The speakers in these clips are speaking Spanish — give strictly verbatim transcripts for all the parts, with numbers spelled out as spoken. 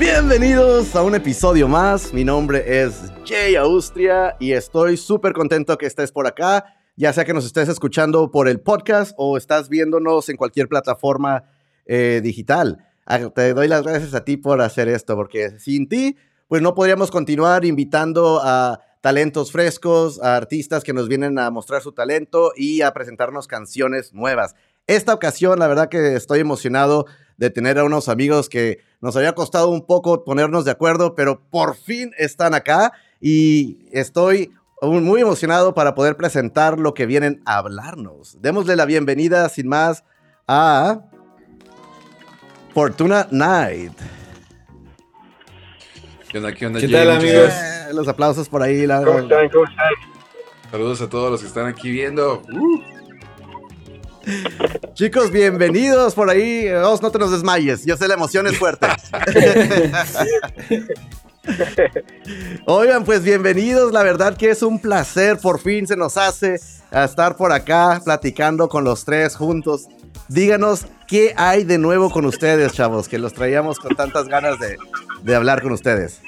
Bienvenidos a un episodio más. Mi nombre es Jay Austria y estoy súper contento que estés por acá, ya sea que nos estés escuchando por el podcast o estás viéndonos en cualquier plataforma eh, digital. Te doy las gracias a ti por hacer esto, porque sin ti, pues no podríamos continuar invitando a talentos frescos, a artistas que nos vienen a mostrar su talento y a presentarnos canciones nuevas. Esta ocasión, la verdad que estoy emocionado de tener a unos amigos que nos había costado un poco ponernos de acuerdo, pero por fin están acá y estoy muy emocionado para poder presentar lo que vienen a hablarnos. Démosle la bienvenida, sin más, a Fortuna Night. ¿Qué onda? ¿Qué onda? ¿Qué tal, amigos? Eh, los aplausos por ahí. La... ¿Cómo están? ¿Cómo están? Saludos a todos los que están aquí viendo. Uh. Chicos, bienvenidos por ahí. Os, no te nos desmayes. Yo sé, la emoción es fuerte. Oigan, pues bienvenidos. La verdad que es un placer. Por fin se nos hace a estar por acá platicando con los tres juntos. Díganos qué hay de nuevo con ustedes, chavos, que los traíamos con tantas ganas de, de hablar con ustedes.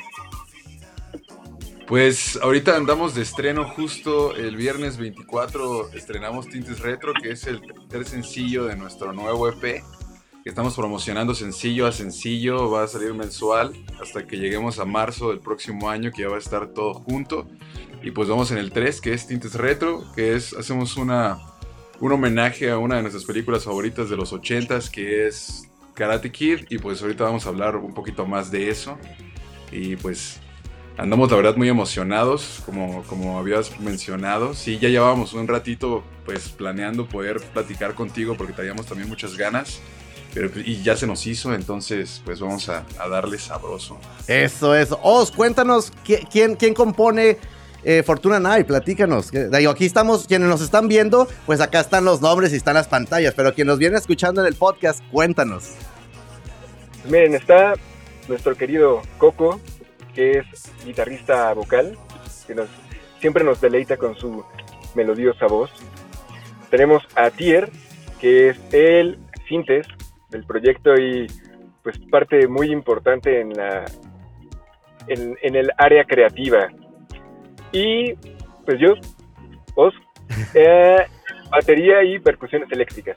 Pues ahorita andamos de estreno justo el viernes veinticuatro, estrenamos Tintes Retro, que es el tercer sencillo de nuestro nuevo E P, que estamos promocionando sencillo a sencillo, va a salir mensual hasta que lleguemos a marzo del próximo año, que ya va a estar todo junto. Y pues vamos en el tres, que es Tintes Retro, que es, hacemos una, un homenaje a una de nuestras películas favoritas de los ochentas, que es Karate Kid, y pues ahorita vamos a hablar un poquito más de eso. Y pues andamos la verdad muy emocionados, como, como habías mencionado. Sí, ya llevábamos un ratito pues planeando poder platicar contigo porque traíamos también muchas ganas, pero y ya se nos hizo, entonces pues vamos a, a darle sabroso. Eso, eso. Os, cuéntanos ¿qui- quién, quién compone eh, Fortuna Night, platícanos. Digo, aquí estamos, quienes nos están viendo, pues acá están los nombres y están las pantallas, pero quien nos viene escuchando en el podcast, cuéntanos. Pues miren, está nuestro querido Coco, que es guitarrista vocal, que nos, siempre nos deleita con su melodiosa voz. Tenemos a Tier, que es el sintes del proyecto y pues parte muy importante en la en, en el área creativa. Y pues yo, Os, eh, batería y percusiones eléctricas.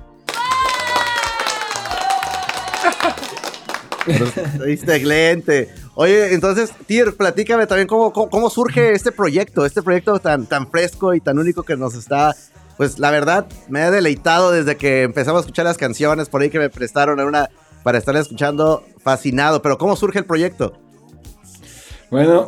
Excelente. Oye, entonces, Tier, platícame también cómo, cómo, cómo surge este proyecto, este proyecto tan, tan fresco y tan único que nos está, pues la verdad, me ha deleitado desde que empezamos a escuchar las canciones por ahí que me prestaron en una, para estar escuchando, fascinado. Pero ¿cómo surge el proyecto? Bueno,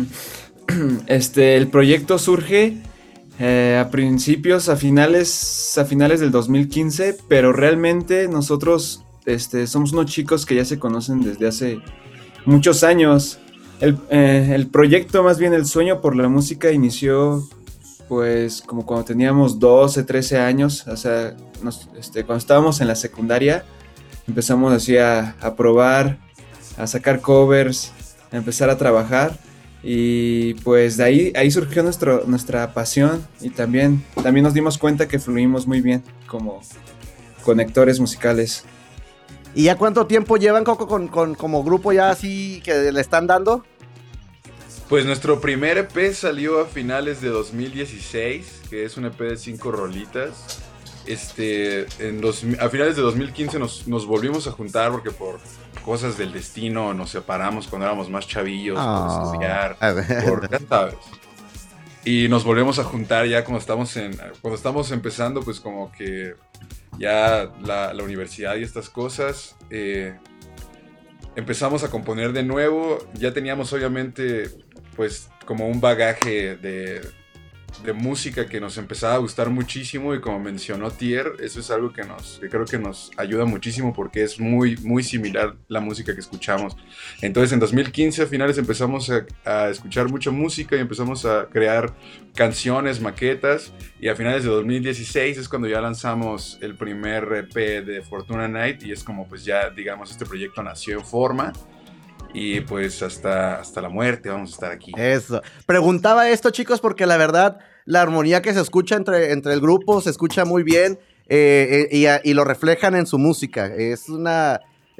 este, el proyecto surge eh, a principios, a finales, a finales del dos mil quince, pero realmente nosotros este, somos unos chicos que ya se conocen desde hace muchos años. El, eh, el proyecto, más bien el sueño por la música, inició pues como cuando teníamos doce, trece años. O sea, nos, este, cuando estábamos en la secundaria empezamos así a, a probar, a sacar covers, a empezar a trabajar. Y pues de ahí, ahí surgió nuestro, nuestra pasión y también, también nos dimos cuenta que fluimos muy bien como conectores musicales. ¿Y ya cuánto tiempo llevan, Coco, con, con, como grupo ya así que le están dando? Pues nuestro primer E P salió a finales de dos mil dieciséis, que es un E P de cinco rolitas. Este, en dos, a finales de dos mil quince nos, nos volvimos a juntar porque por cosas del destino nos separamos cuando éramos más chavillos, oh. por estudiar, por, ya sabes. Y nos volvemos a juntar ya cuando estamos, en, cuando estamos empezando, pues como que ya la, la universidad y estas cosas. Eh, empezamos a componer de nuevo. Ya teníamos obviamente pues como un bagaje de, de música que nos empezaba a gustar muchísimo, y como mencionó Tier, eso es algo que nos que creo que nos ayuda muchísimo porque es muy, muy similar la música que escuchamos. Entonces en dos mil quince a finales empezamos a, a escuchar mucha música y empezamos a crear canciones, maquetas, y a finales de dos mil dieciséis es cuando ya lanzamos el primer E P de Fortuna Night, y es como pues ya digamos este proyecto nació en forma. Y pues hasta, hasta la muerte vamos a estar aquí. Eso. Preguntaba esto, chicos, porque la verdad, la armonía que se escucha entre, entre el grupo se escucha muy bien, eh, eh, y, y lo reflejan en su música. Es una...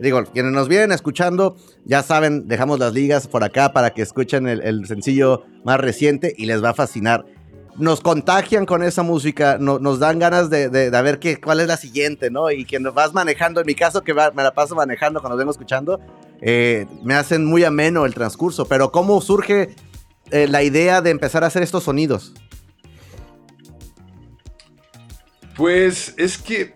digo, quienes nos vienen escuchando, ya saben, dejamos las ligas por acá para que escuchen el, el sencillo más reciente y les va a fascinar. Nos contagian con esa música, no, nos dan ganas de, de, de ver qué, cuál es la siguiente, ¿no? Y que nos vas manejando, en mi caso que va, me la paso manejando cuando los vengo escuchando, eh, me hacen muy ameno el transcurso. Pero ¿cómo surge eh, la idea de empezar a hacer estos sonidos? Pues es que,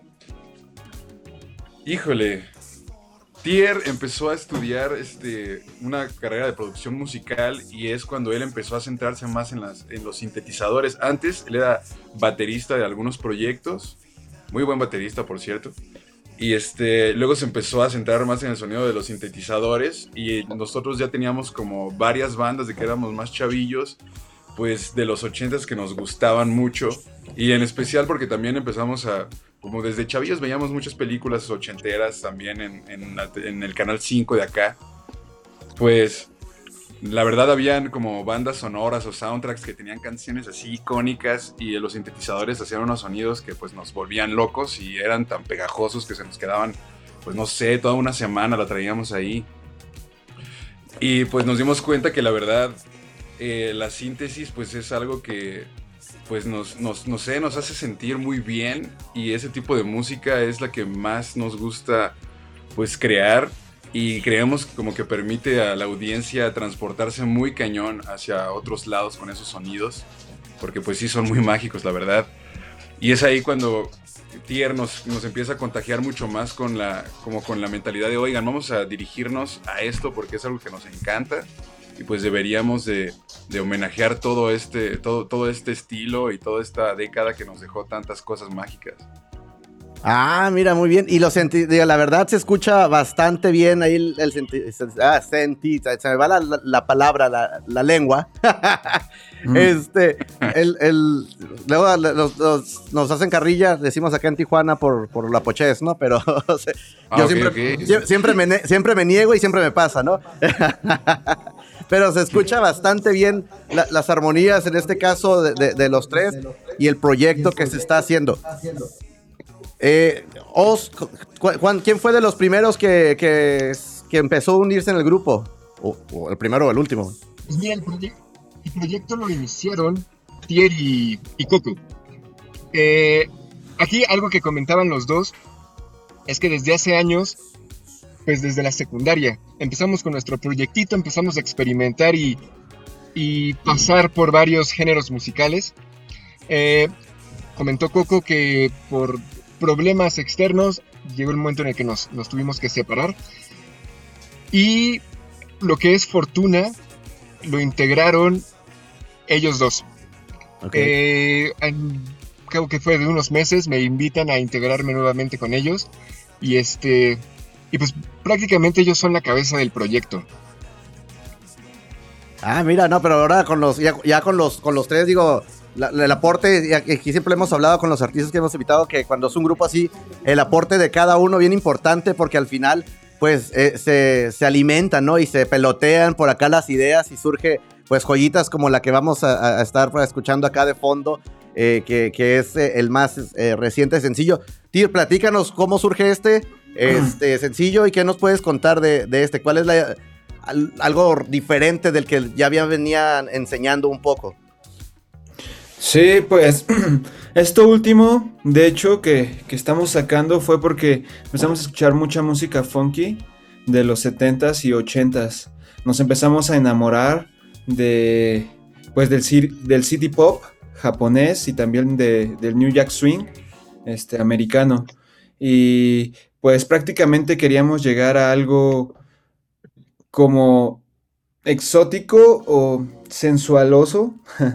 híjole, Tier empezó a estudiar este, una carrera de producción musical y es cuando él empezó a centrarse más en, las, en los sintetizadores. Antes él era baterista de algunos proyectos, muy buen baterista por cierto, y este, luego se empezó a centrar más en el sonido de los sintetizadores y nosotros ya teníamos como varias bandas de que éramos más chavillos, pues de los ochentas que nos gustaban mucho y en especial porque también empezamos a... Como desde chavillos veíamos muchas películas ochenteras también en, en, en el Canal cinco de acá. Pues la verdad habían como bandas sonoras o soundtracks que tenían canciones así icónicas y los sintetizadores hacían unos sonidos que pues nos volvían locos y eran tan pegajosos que se nos quedaban, pues no sé, toda una semana la traíamos ahí. Y pues nos dimos cuenta que la verdad eh, la síntesis pues es algo que... pues nos, nos, no sé, nos hace sentir muy bien y ese tipo de música es la que más nos gusta pues crear y creemos como que permite a la audiencia transportarse muy cañón hacia otros lados con esos sonidos porque pues sí son muy mágicos la verdad y es ahí cuando Tier nos, nos empieza a contagiar mucho más con la, como con la mentalidad de oigan, vamos a dirigirnos a esto porque es algo que nos encanta y pues deberíamos de, de homenajear todo este, todo, todo este estilo y toda esta década que nos dejó tantas cosas mágicas. Ah, mira, muy bien. Y lo sentí, digo, la verdad se escucha bastante bien ahí el, el senti, ah, senti, se me va la, la, la palabra, la, la lengua. mm. Este, el, el, luego los, los, nos hacen carrilla, decimos acá en Tijuana por, por la pochez, ¿no? Pero o sea, ah, yo okay, siempre, okay. Sie, siempre, me, siempre me niego y siempre me pasa, ¿no? Pero se escucha bastante bien la, las armonías, en este caso, de, de, de los tres y el proyecto que se está haciendo. Eh, Os, Juan, ¿quién fue de los primeros que, que, que empezó a unirse en el grupo? O, o el primero o el último. Pues mira, el, proye- el proyecto lo iniciaron Tier y, y Coco. Eh, aquí algo que comentaban los dos es que desde hace años, pues desde la secundaria, empezamos con nuestro proyectito, empezamos a experimentar y, y pasar por varios géneros musicales. Eh, comentó Coco que por problemas externos llegó el momento en el que nos, nos tuvimos que separar y lo que es Fortuna lo integraron ellos dos. Okay. Eh, en, creo que fue de unos meses me invitan a integrarme nuevamente con ellos y este y pues prácticamente ellos son la cabeza del proyecto. Ah, mira, no, pero ahora con los ya, ya con los con los tres digo La, el aporte, y aquí siempre hemos hablado con los artistas que hemos invitado, que cuando es un grupo así, el aporte de cada uno bien importante, porque al final, pues, eh, se, se alimentan, ¿no? Y se pelotean por acá las ideas y surge, pues, joyitas como la que vamos a, a estar escuchando acá de fondo, eh, que, que es eh, el más eh, reciente sencillo. Tier, platícanos cómo surge este, este sencillo y qué nos puedes contar de, de este. ¿Cuál es la, al, algo diferente del que ya venían enseñando un poco? Sí, pues esto último, de hecho, que, que estamos sacando fue porque empezamos a escuchar mucha música funky de los setentas y ochentas. Nos empezamos a enamorar de, pues, del, del city pop japonés y también de, del New Jack Swing este, americano. Y pues prácticamente queríamos llegar a algo como exótico o sensualoso.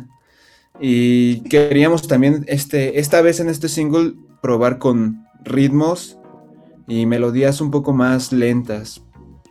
Y queríamos también, este, esta vez en este single, probar con ritmos y melodías un poco más lentas.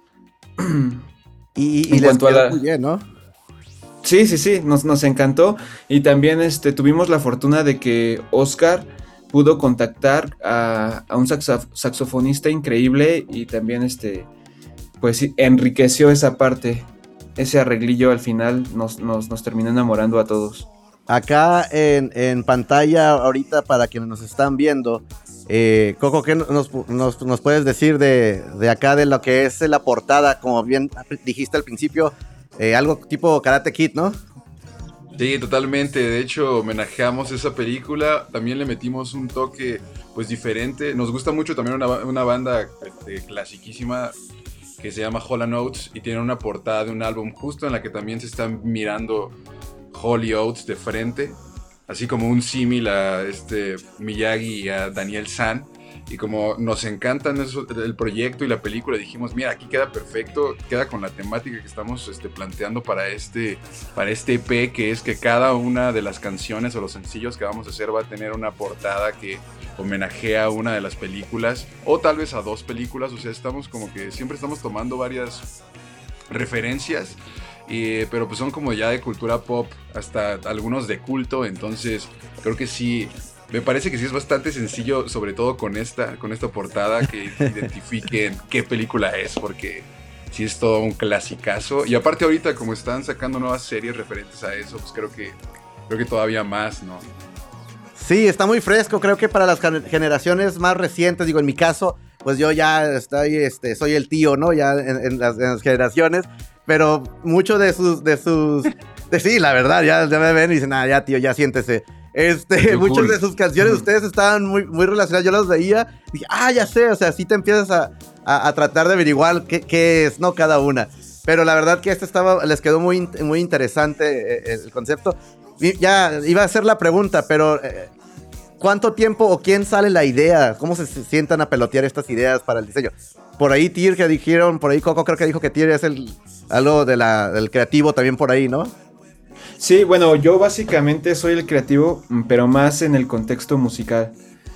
Y, y les quedó la... muy bien, ¿no? Sí, sí, sí, nos, nos encantó. Y también este, tuvimos la fortuna de que Oscar pudo contactar a, a un saxo, saxofonista increíble y también este, pues, enriqueció esa parte. Ese arreglillo al final nos, nos, nos terminó enamorando a todos. acá en, en pantalla ahorita para quienes nos están viendo, eh, Coco, ¿qué nos, nos, nos puedes decir de, de acá de lo que es la portada? Como bien dijiste al principio, eh, algo tipo Karate Kid, ¿no? Sí, totalmente. De hecho, homenajeamos esa película. También le metimos un toque, pues, diferente. Nos gusta mucho también una, una banda este, clasiquísima que se llama Hall and Oates y tiene una portada de un álbum justo en la que también se están mirando Hall y Oates de frente, así como un símil a este Miyagi y a Daniel San. Y como nos encantan eso, el proyecto y la película, dijimos, mira, aquí queda perfecto, queda con la temática que estamos este, planteando para este, para este E P, que es que cada una de las canciones o los sencillos que vamos a hacer va a tener una portada que homenajea a una de las películas, o tal vez a dos películas. O sea, estamos como que siempre estamos tomando varias referencias, eh, pero pues son como ya de cultura pop, hasta algunos de culto. Entonces creo que sí, me parece que sí es bastante sencillo, sobre todo con esta, con esta portada, que identifiquen qué película es, porque sí es todo un clasicazo. Y aparte ahorita, como están sacando nuevas series referentes a eso, pues creo que, creo que todavía más, ¿no? Sí, está muy fresco. Creo que para las generaciones más recientes, digo, en mi caso, pues yo ya estoy, este, soy el tío, ¿no? Ya en, en, las, en las generaciones, pero muchos de sus, de sus, de sí, la verdad, ya, ya me ven y dicen, ah, ya tío, ya siéntese. Este, muchas cool. de sus canciones, ustedes estaban muy, muy relacionadas. Yo las veía y dije, ah, ya sé, o sea, sí te empiezas a, a, a tratar de averiguar qué, qué es, ¿no? Cada una. Pero la verdad que este estaba, les quedó muy, muy interesante el concepto. Y ya iba a hacer la pregunta, pero eh, ¿cuánto tiempo o quién sale la idea? ¿Cómo se sientan a pelotear estas ideas para el diseño? Por ahí Tyr, que dijeron, por ahí Coco creo que dijo que Tyr es el, algo de la, del creativo también por ahí, ¿no? Sí, bueno, yo básicamente soy el creativo, pero más en el contexto musical.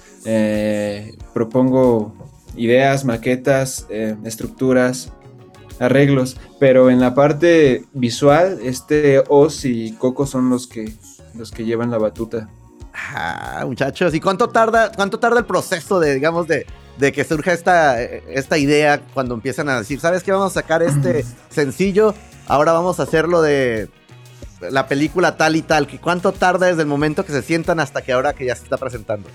Eh, propongo ideas, maquetas, eh, estructuras, arreglos, pero en la parte visual, este Oz y Coco son los que, los que llevan la batuta. Ah, muchachos, ¿y cuánto tarda, cuánto tarda el proceso de, digamos, de, de que surja esta, esta idea cuando empiezan a decir, ¿sabes qué? Vamos a sacar este sencillo, ahora vamos a hacerlo de la película tal y tal. ¿Cuánto tarda desde el momento que se sientan hasta que ahora que ya se está presentando?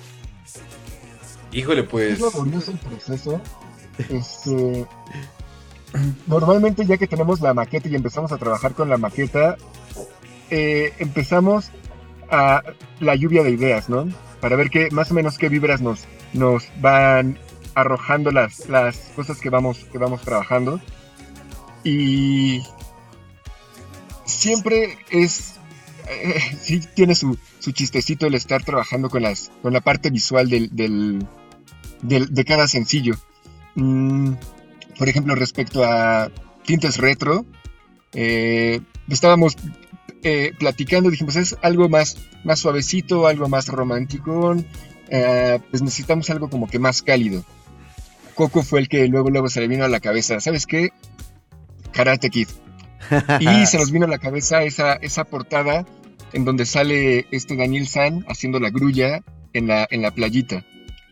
Híjole, pues... Es laborioso el proceso. Este... Normalmente ya que tenemos la maqueta y empezamos a trabajar con la maqueta, eh, empezamos a la lluvia de ideas, ¿no? Para ver qué, más o menos qué vibras nos, nos van arrojando las, las cosas que vamos, que vamos trabajando. Y siempre es, eh, sí tiene su, su chistecito el estar trabajando con, las, con la parte visual del, del, del, de cada sencillo. Mm, por ejemplo, respecto a tintes retro, eh, estábamos eh, platicando, dijimos, es algo más, más suavecito, algo más romántico, eh, pues necesitamos algo como que más cálido. Coco fue el que luego, luego se le vino a la cabeza, ¿sabes qué? Karate Kid. Y se nos vino a la cabeza esa, esa portada en donde sale este Daniel San haciendo la grulla en la, en la playita.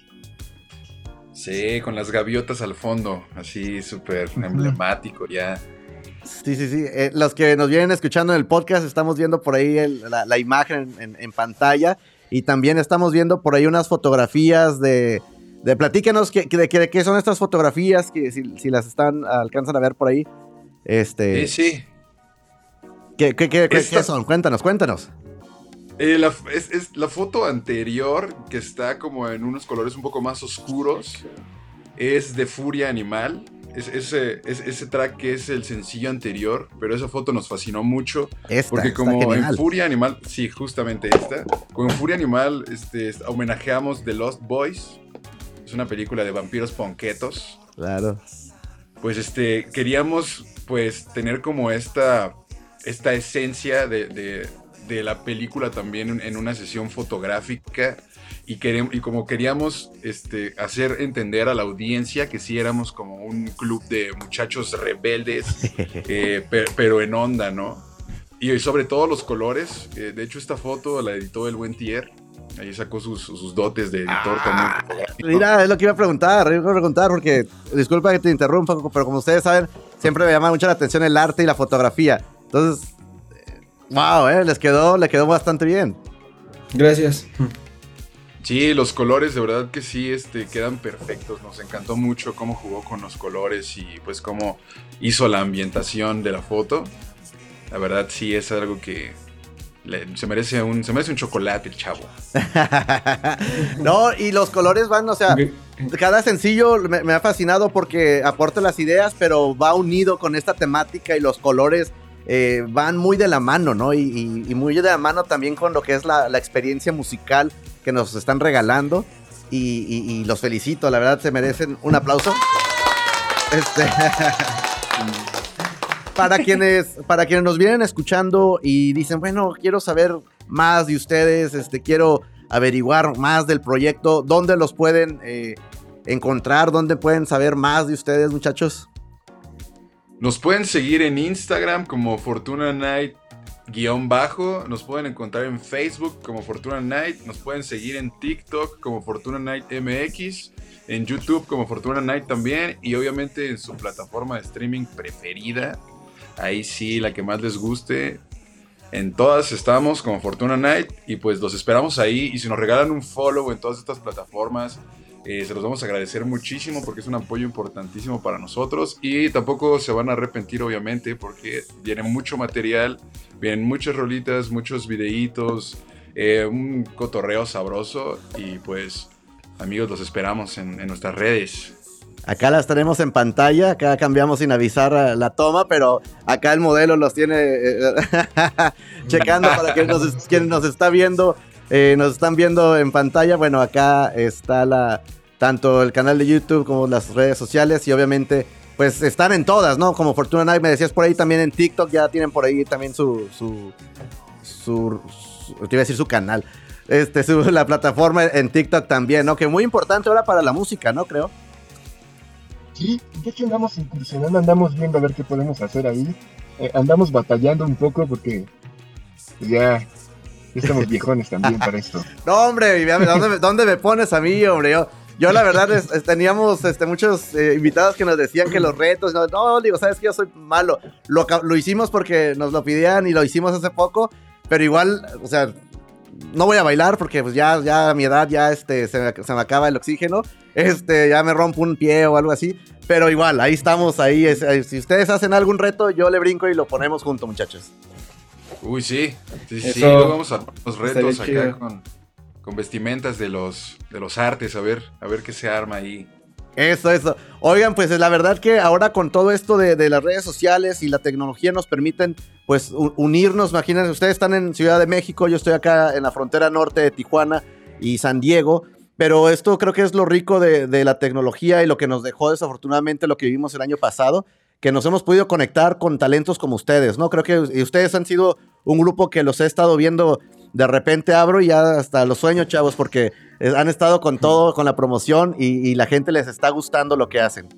Sí, con las gaviotas al fondo, así súper emblemático ya. Sí, sí, sí. Eh, los que nos vienen escuchando en el podcast, estamos viendo por ahí el, la, la imagen en, en pantalla y también estamos viendo por ahí unas fotografías de... de platíquenos qué de, de, de, son estas fotografías, que si, si las están alcanzan a ver por ahí. Este, sí, sí. ¿Qué, qué, qué, Esta... ¿Qué son? Cuéntanos, cuéntanos. Eh, la, es, es la foto anterior, que está como en unos colores un poco más oscuros, es de Furia Animal. Es, ese, es, ese track que es el sencillo anterior, pero esa foto nos fascinó mucho. Esta, porque como genial. En Furia Animal, sí, justamente esta. Como en Furia Animal este, homenajeamos The Lost Boys. Es una película de vampiros ponquetos. Claro. Pues este, queríamos pues tener como esta, esta esencia de... de de la película también en una sesión fotográfica y, queremos, y como queríamos este, hacer entender a la audiencia que sí éramos como un club de muchachos rebeldes, eh, per, pero en onda, ¿no? Y sobre todo los colores, eh, de hecho esta foto la editó el buen Tyr, ahí sacó sus, sus dotes de editor ah, también. Mira, es lo que iba a preguntar, iba a preguntar porque, disculpa que te interrumpa, pero como ustedes saben, siempre me llama mucho la atención el arte y la fotografía, entonces... Wow, eh, les quedó, le quedó bastante bien. Gracias. Sí, los colores de verdad que sí este, quedan perfectos. Nos encantó mucho cómo jugó con los colores y pues cómo hizo la ambientación de la foto. La verdad sí es algo que le, se, merece un, se merece un chocolate el chavo. No, y los colores van, o sea, Okay. cada sencillo me, me ha fascinado porque aporta las ideas, pero va unido con esta temática y los colores eh, van muy de la mano, ¿no? Y, y, y muy de la mano también con lo que es la, la experiencia musical que nos están regalando. Y, y, y los felicito, la verdad se merecen un aplauso. Este... Para quienes, para quienes nos vienen escuchando y dicen, bueno, quiero saber más de ustedes, este, quiero averiguar más del proyecto, ¿dónde los pueden eh, encontrar? ¿Dónde pueden saber más de ustedes, muchachos? Nos pueden seguir en Instagram como Fortuna Night guión bajo, nos pueden encontrar en Facebook como Fortuna Night, nos pueden seguir en TikTok como Fortuna Night M X, en YouTube como Fortuna Night también, y obviamente en su plataforma de streaming preferida. Ahí sí, la que más les guste. En todas estamos como Fortuna Night y pues los esperamos ahí. Y si nos regalan un follow en todas estas plataformas, eh, se los vamos a agradecer muchísimo porque es un apoyo importantísimo para nosotros. Y tampoco se van a arrepentir, obviamente, porque viene mucho material, vienen muchas rolitas, muchos videitos, eh, un cotorreo sabroso. Y pues, amigos, los esperamos en, en nuestras redes. Acá las tenemos en pantalla, acá cambiamos sin avisar la toma, pero acá el modelo los tiene eh, checando para quien nos, quien nos está viendo, eh, nos están viendo en pantalla. Bueno, acá está la tanto el canal de YouTube como las redes sociales y obviamente pues están en todas, ¿no? Como Fortuna Night, me decías por ahí también en TikTok, ya tienen por ahí también su, su, su, su te iba a decir su canal, este, su, la plataforma en TikTok también, ¿no? Que muy importante ahora para la música, ¿no? Creo. Sí, de hecho andamos incursionando, andamos viendo a ver qué podemos hacer ahí. Eh, andamos batallando un poco porque pues ya, ya estamos viejones también para esto. No, hombre, ¿dónde me, dónde me pones a mí, hombre? Yo, yo la verdad, es, es, teníamos este, muchos eh, invitados que nos decían que los retos, no, no, digo, sabes que yo soy malo. Lo, lo hicimos porque nos lo pidían y lo hicimos hace poco, pero igual, o sea, no voy a bailar porque pues ya, ya a mi edad ya este, se, me, se me acaba el oxígeno, este, ya me rompo un pie o algo así, pero igual, ahí estamos, ahí, es, ahí, si ustedes hacen algún reto, yo le brinco y lo ponemos junto, muchachos. Uy, sí, sí, sí, Eso vamos a los retos estaría acá chido. con, con vestimentas de los, de los artes, a ver, a ver qué se arma ahí. Eso, eso. Oigan, pues la verdad que ahora con todo esto de, de las redes sociales y la tecnología nos permiten pues u- unirnos. Imagínense, ustedes están en Ciudad de México, yo estoy acá en la frontera norte de Tijuana y San Diego, pero esto creo que es lo rico de, de la tecnología y lo que nos dejó desafortunadamente lo que vivimos el año pasado, que nos hemos podido conectar con talentos como ustedes, ¿no? Creo que y ustedes han sido un grupo que los he estado viendo, de repente abro y ya hasta los sueño, chavos, porque han estado con todo, con la promoción y, y la gente les está gustando lo que hacen.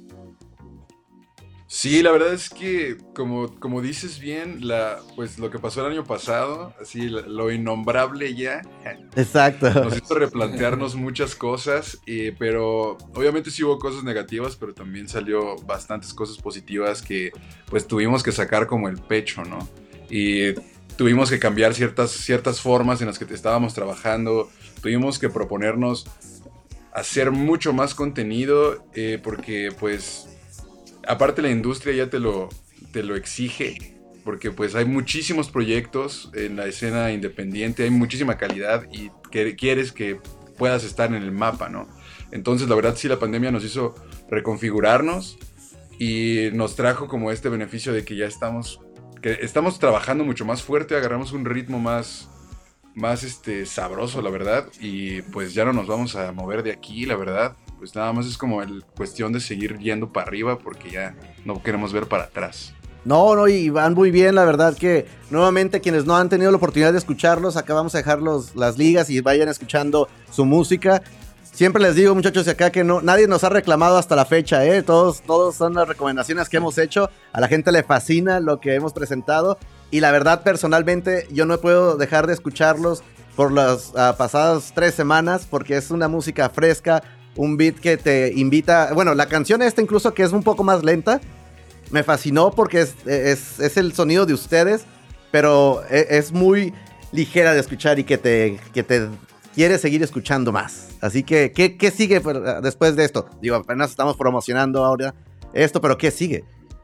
Sí, la verdad es que, como, como dices bien, la, pues lo que pasó el año pasado, así lo, lo innombrable ya, Exacto. nos hizo replantearnos muchas cosas, eh, pero obviamente sí hubo cosas negativas, pero también salió bastantes cosas positivas que pues tuvimos que sacar como el pecho, ¿no? Y tuvimos que cambiar ciertas, ciertas formas en las que te estábamos trabajando, tuvimos que proponernos hacer mucho más contenido, eh, porque pues aparte la industria ya te lo, te lo exige, porque pues hay muchísimos proyectos en la escena independiente, hay muchísima calidad y que quieres que puedas estar en el mapa, ¿no? Entonces la verdad sí la pandemia nos hizo reconfigurarnos y nos trajo como este beneficio de que ya estamos, que estamos trabajando mucho más fuerte, agarramos un ritmo más, más este, sabroso, la verdad, y pues ya no nos vamos a mover de aquí, la verdad. Pues nada más es como el cuestión de seguir yendo para arriba porque ya no queremos ver para atrás. No, no, y van muy bien, la verdad que nuevamente quienes no han tenido la oportunidad de escucharlos, acá vamos a dejar los, las ligas y vayan escuchando su música. Siempre les digo, muchachos, de acá que no, nadie nos ha reclamado hasta la fecha, ¿eh? Todos, todos son las recomendaciones que hemos hecho, a la gente le fascina lo que hemos presentado y la verdad personalmente yo no puedo dejar de escucharlos por las uh, pasadas tres semanas porque es una música fresca, un beat que te invita, bueno, la canción esta incluso que es un poco más lenta, me fascinó porque es, es, es el sonido de ustedes, pero e- es muy ligera de escuchar y que te, que te quiere seguir escuchando más. Así que, ¿qué, qué sigue después de esto? Digo, apenas estamos promocionando ahora esto, pero ¿qué sigue?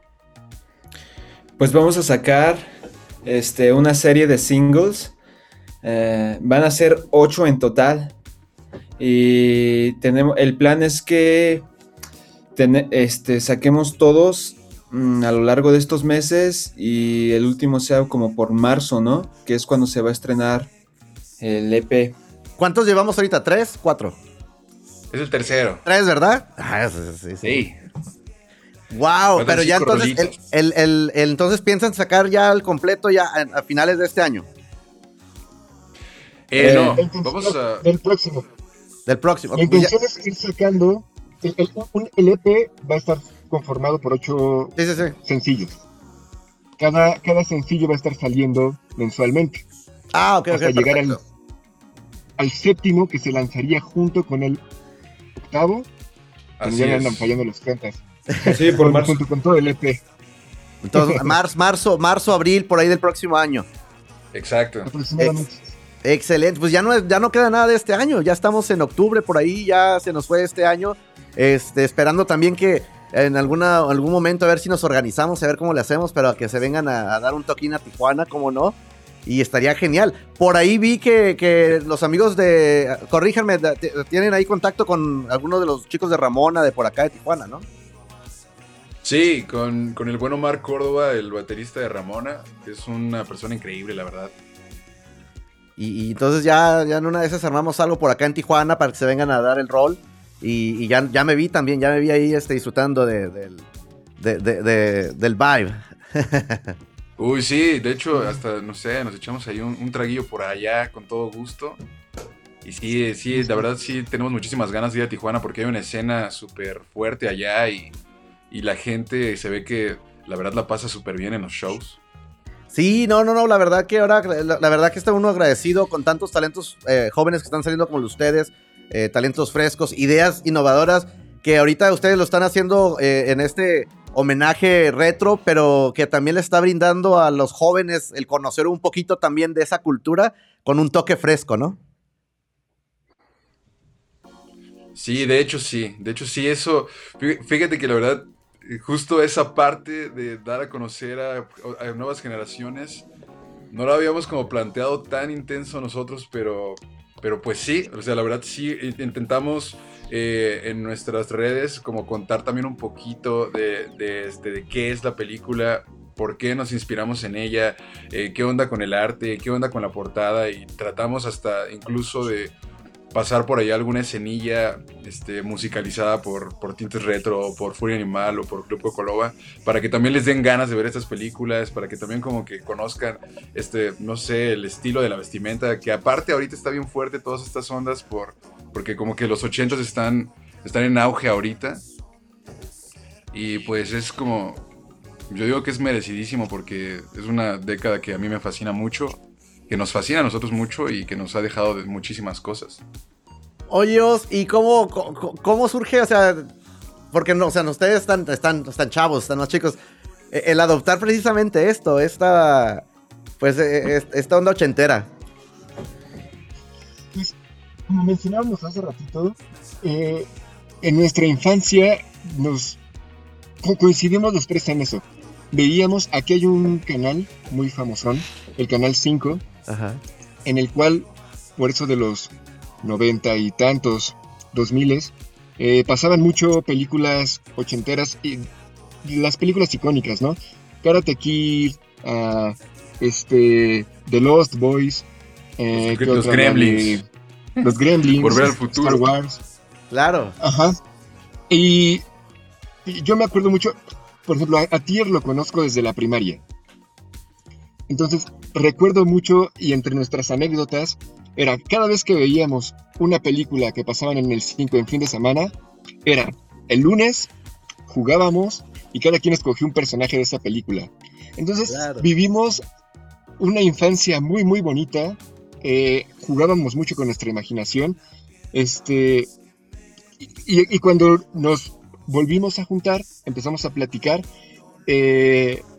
Pues vamos a sacar este, una serie de singles. Eh, van a ser ocho en total. Y tenemos, el plan es que ten, este, saquemos todos mmm, a lo largo de estos meses y el último sea como por marzo, ¿no? Que es cuando se va a estrenar el E P. ¿Cuántos llevamos ahorita? ¿Tres? ¿Cuatro? Es el tercero. ¿Tres, verdad? Ah, sí, sí, sí. Sí. Wow, Faltan pero ya cinco entonces, el, rolitos. el, el, el- entonces piensan sacar ya el completo ya a, a finales de este año, Eh, Eh, no, La intención vamos a... del próximo. del próximo. La Pues ya- intención es ir sacando. El, el- un- el E P va a estar conformado por ocho sí, sí, sí. sencillos. Cada, cada sencillo va a estar saliendo mensualmente. Ah, ok, ok, Hasta llegar al, perfecto. al séptimo, que se lanzaría junto con el octavo. Así Ya me es. andan fallando los cuentas. Sí, por marzo. Junto con todo el E P. Entonces, marzo, marzo, marzo, abril, por ahí del próximo año. Exacto. Aproximadamente. Excelente, pues ya no, es- ya no queda nada de este año, ya estamos en octubre por ahí, ya se nos fue este año, este, esperando también que en alguna, algún momento a ver si nos organizamos, a ver cómo le hacemos, pero a que se vengan a, a dar un toquín a Tijuana, como no, y estaría genial. Por ahí vi que, que los amigos de, corríjanme, t- tienen ahí contacto con algunos de los chicos de Ramona, de por acá de Tijuana, ¿no? Sí, con, con el bueno Marc Córdoba, el baterista de Ramona, que es una persona increíble, la verdad. Y, y entonces ya, ya en una de esas armamos algo por acá en Tijuana para que se vengan a dar el rol. Y, y ya, ya me vi también, ya me vi ahí este, disfrutando de, del- de- de- de- del vibe. Uy, sí, de hecho, hasta, no sé, nos echamos ahí un, un traguillo por allá con todo gusto. Y sí, sí, la verdad sí tenemos muchísimas ganas de ir a Tijuana porque hay una escena súper fuerte allá y, y la gente se ve que la verdad la pasa súper bien en los shows. Sí, no, no, no, la verdad que ahora, la, la verdad que está uno agradecido con tantos talentos eh, jóvenes que están saliendo como el de ustedes, eh, talentos frescos, ideas innovadoras, que ahorita ustedes lo están haciendo eh, en este homenaje retro, pero que también le está brindando a los jóvenes el conocer un poquito también de esa cultura con un toque fresco, ¿no? Sí, de hecho sí, de hecho sí, eso, fí- fíjate que la verdad, eh, justo esa parte de dar a conocer a, a nuevas generaciones, no lo habíamos como planteado tan intenso nosotros, pero, pero pues sí, o sea, la verdad sí, i- intentamos eh, en nuestras redes como contar también un poquito de, de, este, de qué es la película, por qué nos inspiramos en ella, eh, qué onda con el arte, qué onda con la portada, y tratamos hasta incluso de pasar por ahí alguna escenilla este, musicalizada por, por Tintes Retro, o por Furia Animal, o por Club Cocoloba, para que también les den ganas de ver estas películas, para que también como que conozcan, este, no sé, el estilo de la vestimenta, que aparte ahorita está bien fuerte todas estas ondas, por, porque como que los ochentas están, están en auge ahorita, y pues es como, yo digo que es merecidísimo, porque es una década que a mí me fascina mucho, que nos fascina a nosotros mucho y que nos ha dejado de muchísimas cosas. Oyeos, ¿y cómo, cómo, cómo surge? O sea, porque no, o sea, ustedes están, están, están chavos, están más chicos. Eh, El adoptar precisamente esto, esta, pues, eh, es- esta onda ochentera. Pues, como mencionábamos hace ratito, eh, en nuestra infancia nos co- coincidimos los tres en eso. Veíamos, aquí hay un canal muy famosón, el canal cinco, Ajá. en el cual, por eso de los noventa y tantos, dos miles, eh, pasaban mucho películas ochenteras y las películas icónicas, ¿no? Karate Kid, ah, este, The Lost Boys, eh, Los- ¿qué los otra? Gremlins. La de- Los Gremlins, Volver al futuro. Star Wars, Claro. ajá. Y, y yo me acuerdo mucho, por ejemplo, a, a Tier lo conozco desde la primaria. Entonces, recuerdo mucho y entre nuestras anécdotas era cada vez que veíamos una película que pasaban en el cinco en fin de semana, era el lunes, jugábamos y cada quien escogió un personaje de esa película. Entonces, Claro. vivimos una infancia muy, muy bonita, eh, jugábamos mucho con nuestra imaginación, este, y, y cuando nos volvimos a juntar, empezamos a platicar, eh,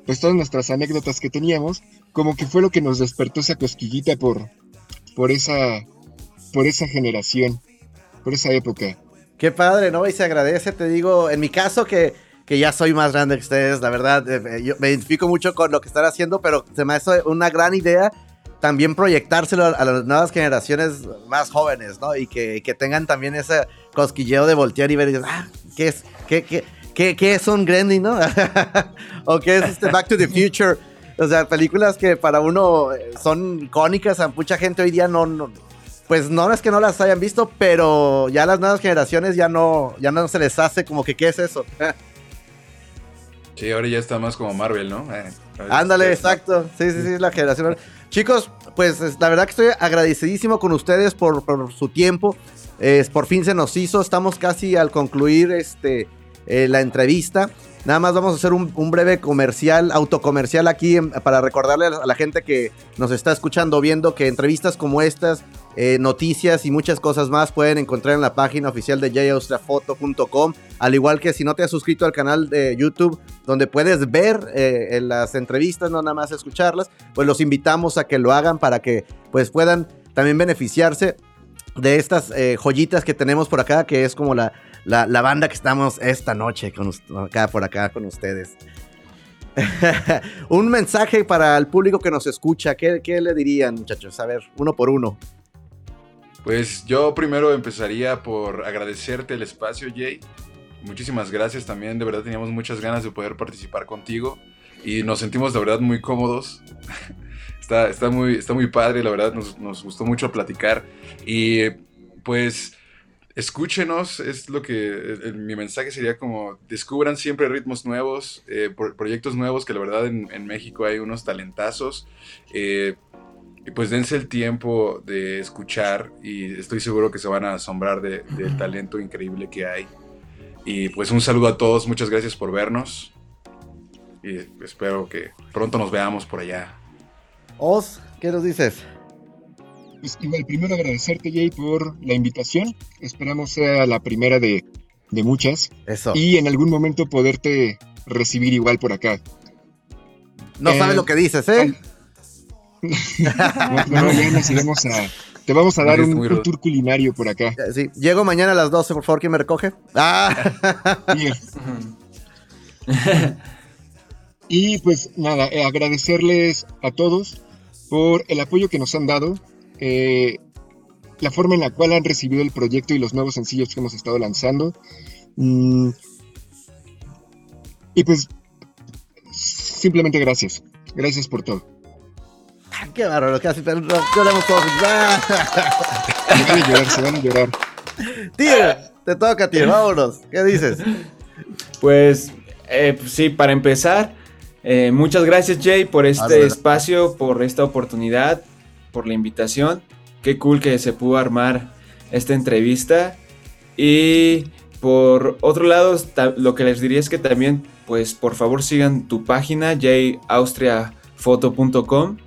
pues todas nuestras anécdotas que teníamos, como que fue lo que nos despertó esa cosquillita por, por esa, por esa generación, por esa época. Qué padre, ¿no? Y se agradece, te digo, en mi caso que, que ya soy más grande que ustedes, la verdad, eh, yo me identifico mucho con lo que están haciendo, pero se me hace una gran idea también proyectárselo a, a las nuevas generaciones más jóvenes, ¿no? Y que, que tengan también ese cosquilleo de voltear y ver y decir, ah, ¿qué es? ¿Qué, qué, qué, qué es un Gremlin, no? ¿O qué es este Back to the Future? O sea, películas que para uno son icónicas, a mucha gente hoy día no... no pues no es que no las hayan visto, pero ya las nuevas generaciones ya no, ya no se les hace como que ¿qué es eso? Sí, ahora ya está más como Marvel, ¿no? Eh, Ándale, exacto. Sí, sí, sí, la generación. Chicos, pues la verdad que estoy agradecidísimo con ustedes por, por su tiempo. Eh, por fin se nos hizo, estamos casi al concluir este, eh, la entrevista. Nada más vamos a hacer un, un breve comercial, autocomercial aquí en, para recordarle a la gente que nos está escuchando, viendo que entrevistas como estas, eh, noticias y muchas cosas más pueden encontrar en la página oficial de jay austria photo punto com, al igual que si no te has suscrito al canal de YouTube, donde puedes ver eh, en las entrevistas, no nada más escucharlas, pues los invitamos a que lo hagan para que pues puedan también beneficiarse de estas eh, joyitas que tenemos por acá, que es como la, la, la banda que estamos esta noche con, acá por acá con ustedes. Un mensaje para el público que nos escucha, ¿qué, qué le dirían, muchachos? A ver, uno por uno. Pues yo primero empezaría por agradecerte el espacio, Jay. Muchísimas gracias también, de verdad teníamos muchas ganas de poder participar contigo y nos sentimos de verdad muy cómodos. Está, está, muy, está muy padre, la verdad, nos, nos gustó mucho platicar. Y pues escúchenos, es lo que el, mi mensaje sería como descubran siempre ritmos nuevos, eh, pro, proyectos nuevos, que la verdad en, en México hay unos talentazos. Eh, y pues dense el tiempo de escuchar y estoy seguro que se van a asombrar de, del talento increíble que hay. Y pues un saludo a todos, muchas gracias por vernos y espero que pronto nos veamos por allá. Oz, ¿qué nos dices? Pues igual, primero agradecerte, Jay, por la invitación. Esperamos sea la primera de, de muchas. Eso. Y en algún momento poderte recibir igual por acá. No eh, sabes lo que dices, ¿eh? no, no, ya nos iremos a... Te vamos a dar un, un tour culinario por acá. Sí, llego mañana a las doce, por favor, ¿quién me recoge? Ah. Y pues nada, eh, agradecerles a todos por el apoyo que nos han dado, eh, la forma en la cual han recibido el proyecto y los nuevos sencillos que hemos estado lanzando. Mm, y pues simplemente gracias, gracias por todo. Qué bárbaro, casi lloramos todos. Se van a llorar, se van a llorar. Tío, te toca, tío, vámonos. ¿Qué dices? Pues, eh, pues sí, para empezar, eh, muchas gracias, Jay, por este ah, espacio, por esta oportunidad, por la invitación. Qué cool que se pudo armar esta entrevista. Y por otro lado, lo que les diría es que también, pues, por favor sigan tu página, jay austria photo punto com.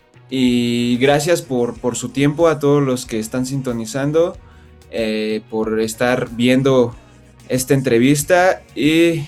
Y gracias por, por su tiempo a todos los que están sintonizando, eh, por estar viendo esta entrevista y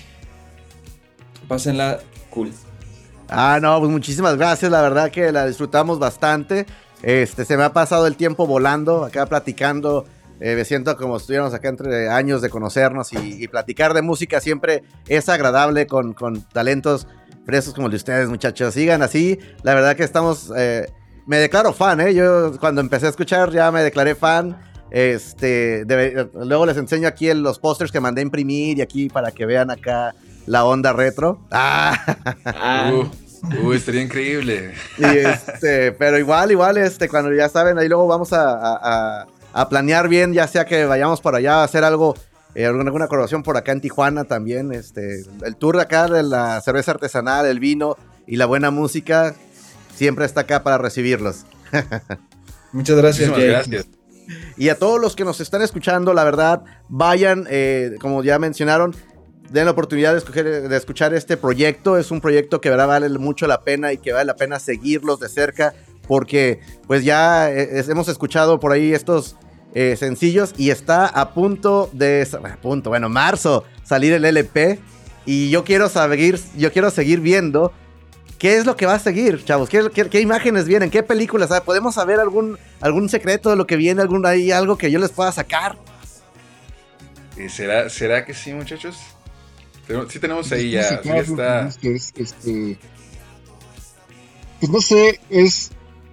pásenla cool. Ah, no, pues muchísimas gracias, la verdad que la disfrutamos bastante. Este, se me ha pasado el tiempo volando, acá platicando, eh, me siento como si estuviéramos acá entre años de conocernos y, y platicar de música siempre es agradable con, con talentos frescos como el de ustedes, muchachos. Sigan así, la verdad que estamos, eh, me declaro fan, ¿eh? Yo cuando empecé a escuchar ya me declaré fan. Este, de, luego les enseño aquí el, los pósters que mandé a imprimir y aquí para que vean acá la onda retro. Ah. Ah. Uh, uh, estaría increíble. Y este, pero igual, igual, este, cuando ya saben, ahí luego vamos a, a, a planear bien, ya sea que vayamos por allá a hacer algo. Eh, alguna colaboración por acá en Tijuana también, este, el tour de acá de la cerveza artesanal, el vino y la buena música siempre está acá para recibirlos. Muchas gracias, Jay. Gracias. Y a todos los que nos están escuchando, la verdad, vayan, eh, como ya mencionaron, den la oportunidad de, escoger, de escuchar este proyecto. Es un proyecto que verdad vale mucho la pena y que vale la pena seguirlos de cerca porque pues ya eh, hemos escuchado por ahí estos Eh, sencillos y está a punto de a punto, bueno, marzo salir el L P y yo quiero seguir, yo quiero seguir viendo ¿qué es lo que va a seguir, chavos? ¿Qué, qué, qué imágenes vienen? ¿Qué películas? ¿Sabe? ¿Podemos saber algún, algún secreto de lo que viene? ¿Algún, ¿Hay algo que yo les pueda sacar? Eh, ¿Será, ¿Será que sí, muchachos? Sí tenemos ahí ya, Después sí de sacar está... lo que gustes, este, pues no sé, es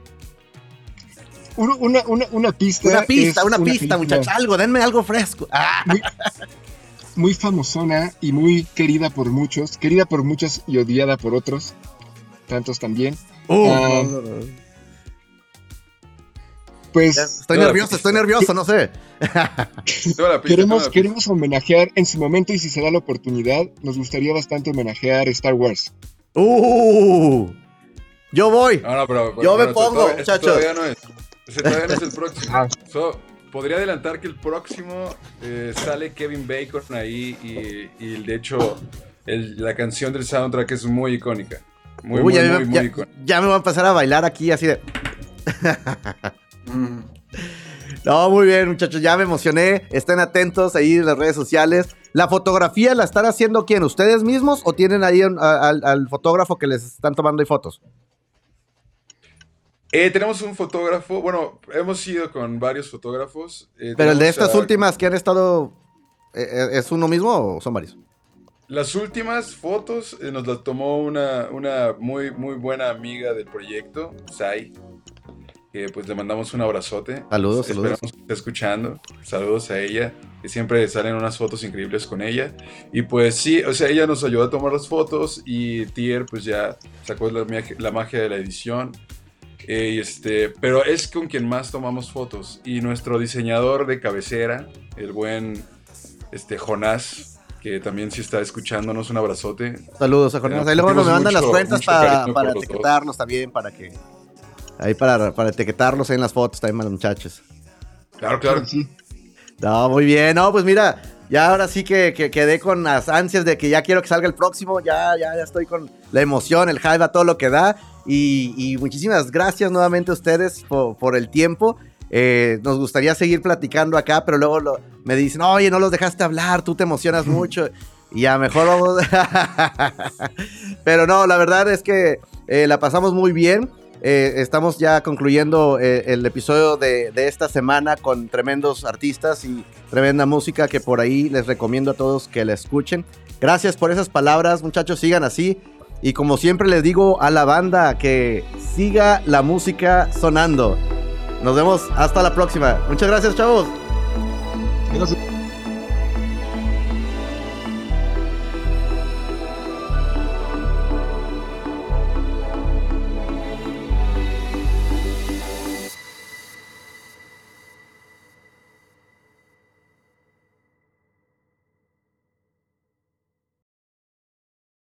una, una, una, una pista. Una pista, es una, una pista, película muchachos. Algo, denme algo fresco. Ah. Muy, muy famosona y muy querida por muchos, querida por muchos y odiada por otros, tantos también. Uh, Ah, no, no, no. Pues Ya, Estoy No, nervioso, estoy nervioso, no sé. Tengo la pista, tengo la queremos, pista. queremos homenajear en su momento, y si se da la oportunidad, nos gustaría bastante homenajear Star Wars. Uh, yo voy. No, no, pero, pero, Yo me bueno, pongo, todavía- ese muchachos. Todavía no es. Ese todavía no es el próximo. Ah. So, podría adelantar que el próximo eh, sale Kevin Bacon ahí y, y de hecho el- la canción del soundtrack es muy icónica. Muy, Uy, muy, ya, muy, me, muy ya- icónica. ya me voy a empezar a bailar aquí así de... Mm. No, muy bien, muchachos, ya me emocioné. Estén atentos ahí en las redes sociales. ¿La fotografía la están haciendo quién? ¿Ustedes mismos o tienen ahí un- a- al, al fotógrafo que les están tomando ahí fotos? Eh, tenemos un fotógrafo, bueno, hemos ido con varios fotógrafos. eh, Pero el de tenemos estas a- últimas que han estado... eh, eh, ¿Es uno mismo o son varios? Las últimas fotos eh, nos las tomó una, una muy, muy buena amiga del proyecto, Sai, que pues le mandamos un abrazote. Saludos, Esperamos saludos. que esté escuchando. Saludos a ella, que siempre salen unas fotos increíbles con ella. Y pues sí, o sea, ella nos ayudó a tomar las fotos y Tier pues ya sacó la, magia- la magia de la edición. Eh, y este, pero es con quien más tomamos fotos. Y nuestro diseñador de cabecera, el buen este, Jonás, que también si está escuchándonos, un abrazote. Saludos a Jorge. Ya, Ahí luego me sentimos mandan las mucho- cuentas mucho para, cariño para por los dos. etiquetarnos también, para que... Ahí para, para etiquetarlos ahí en las fotos también, los muchachos. Claro, claro. Sí. No, muy bien. No, pues mira, ya ahora sí que, que quedé con las ansias de que ya quiero que salga el próximo. Ya, ya, ya estoy con la emoción, el hype, a todo lo que da. Y, y muchísimas gracias nuevamente a ustedes por, por el tiempo. Eh, nos gustaría seguir platicando acá, pero luego lo- me dicen, oye, no los dejaste hablar, tú te emocionas mucho. Y ya mejor vamos. Pero no, la verdad es que eh, la pasamos muy bien. Eh, estamos ya concluyendo eh, el episodio de, de esta semana con tremendos artistas y tremenda música que por ahí les recomiendo a todos que la escuchen. Gracias por esas palabras, muchachos, sigan así. Y como siempre les digo a la banda, que siga la música sonando. Nos vemos hasta la próxima. Muchas gracias, chavos.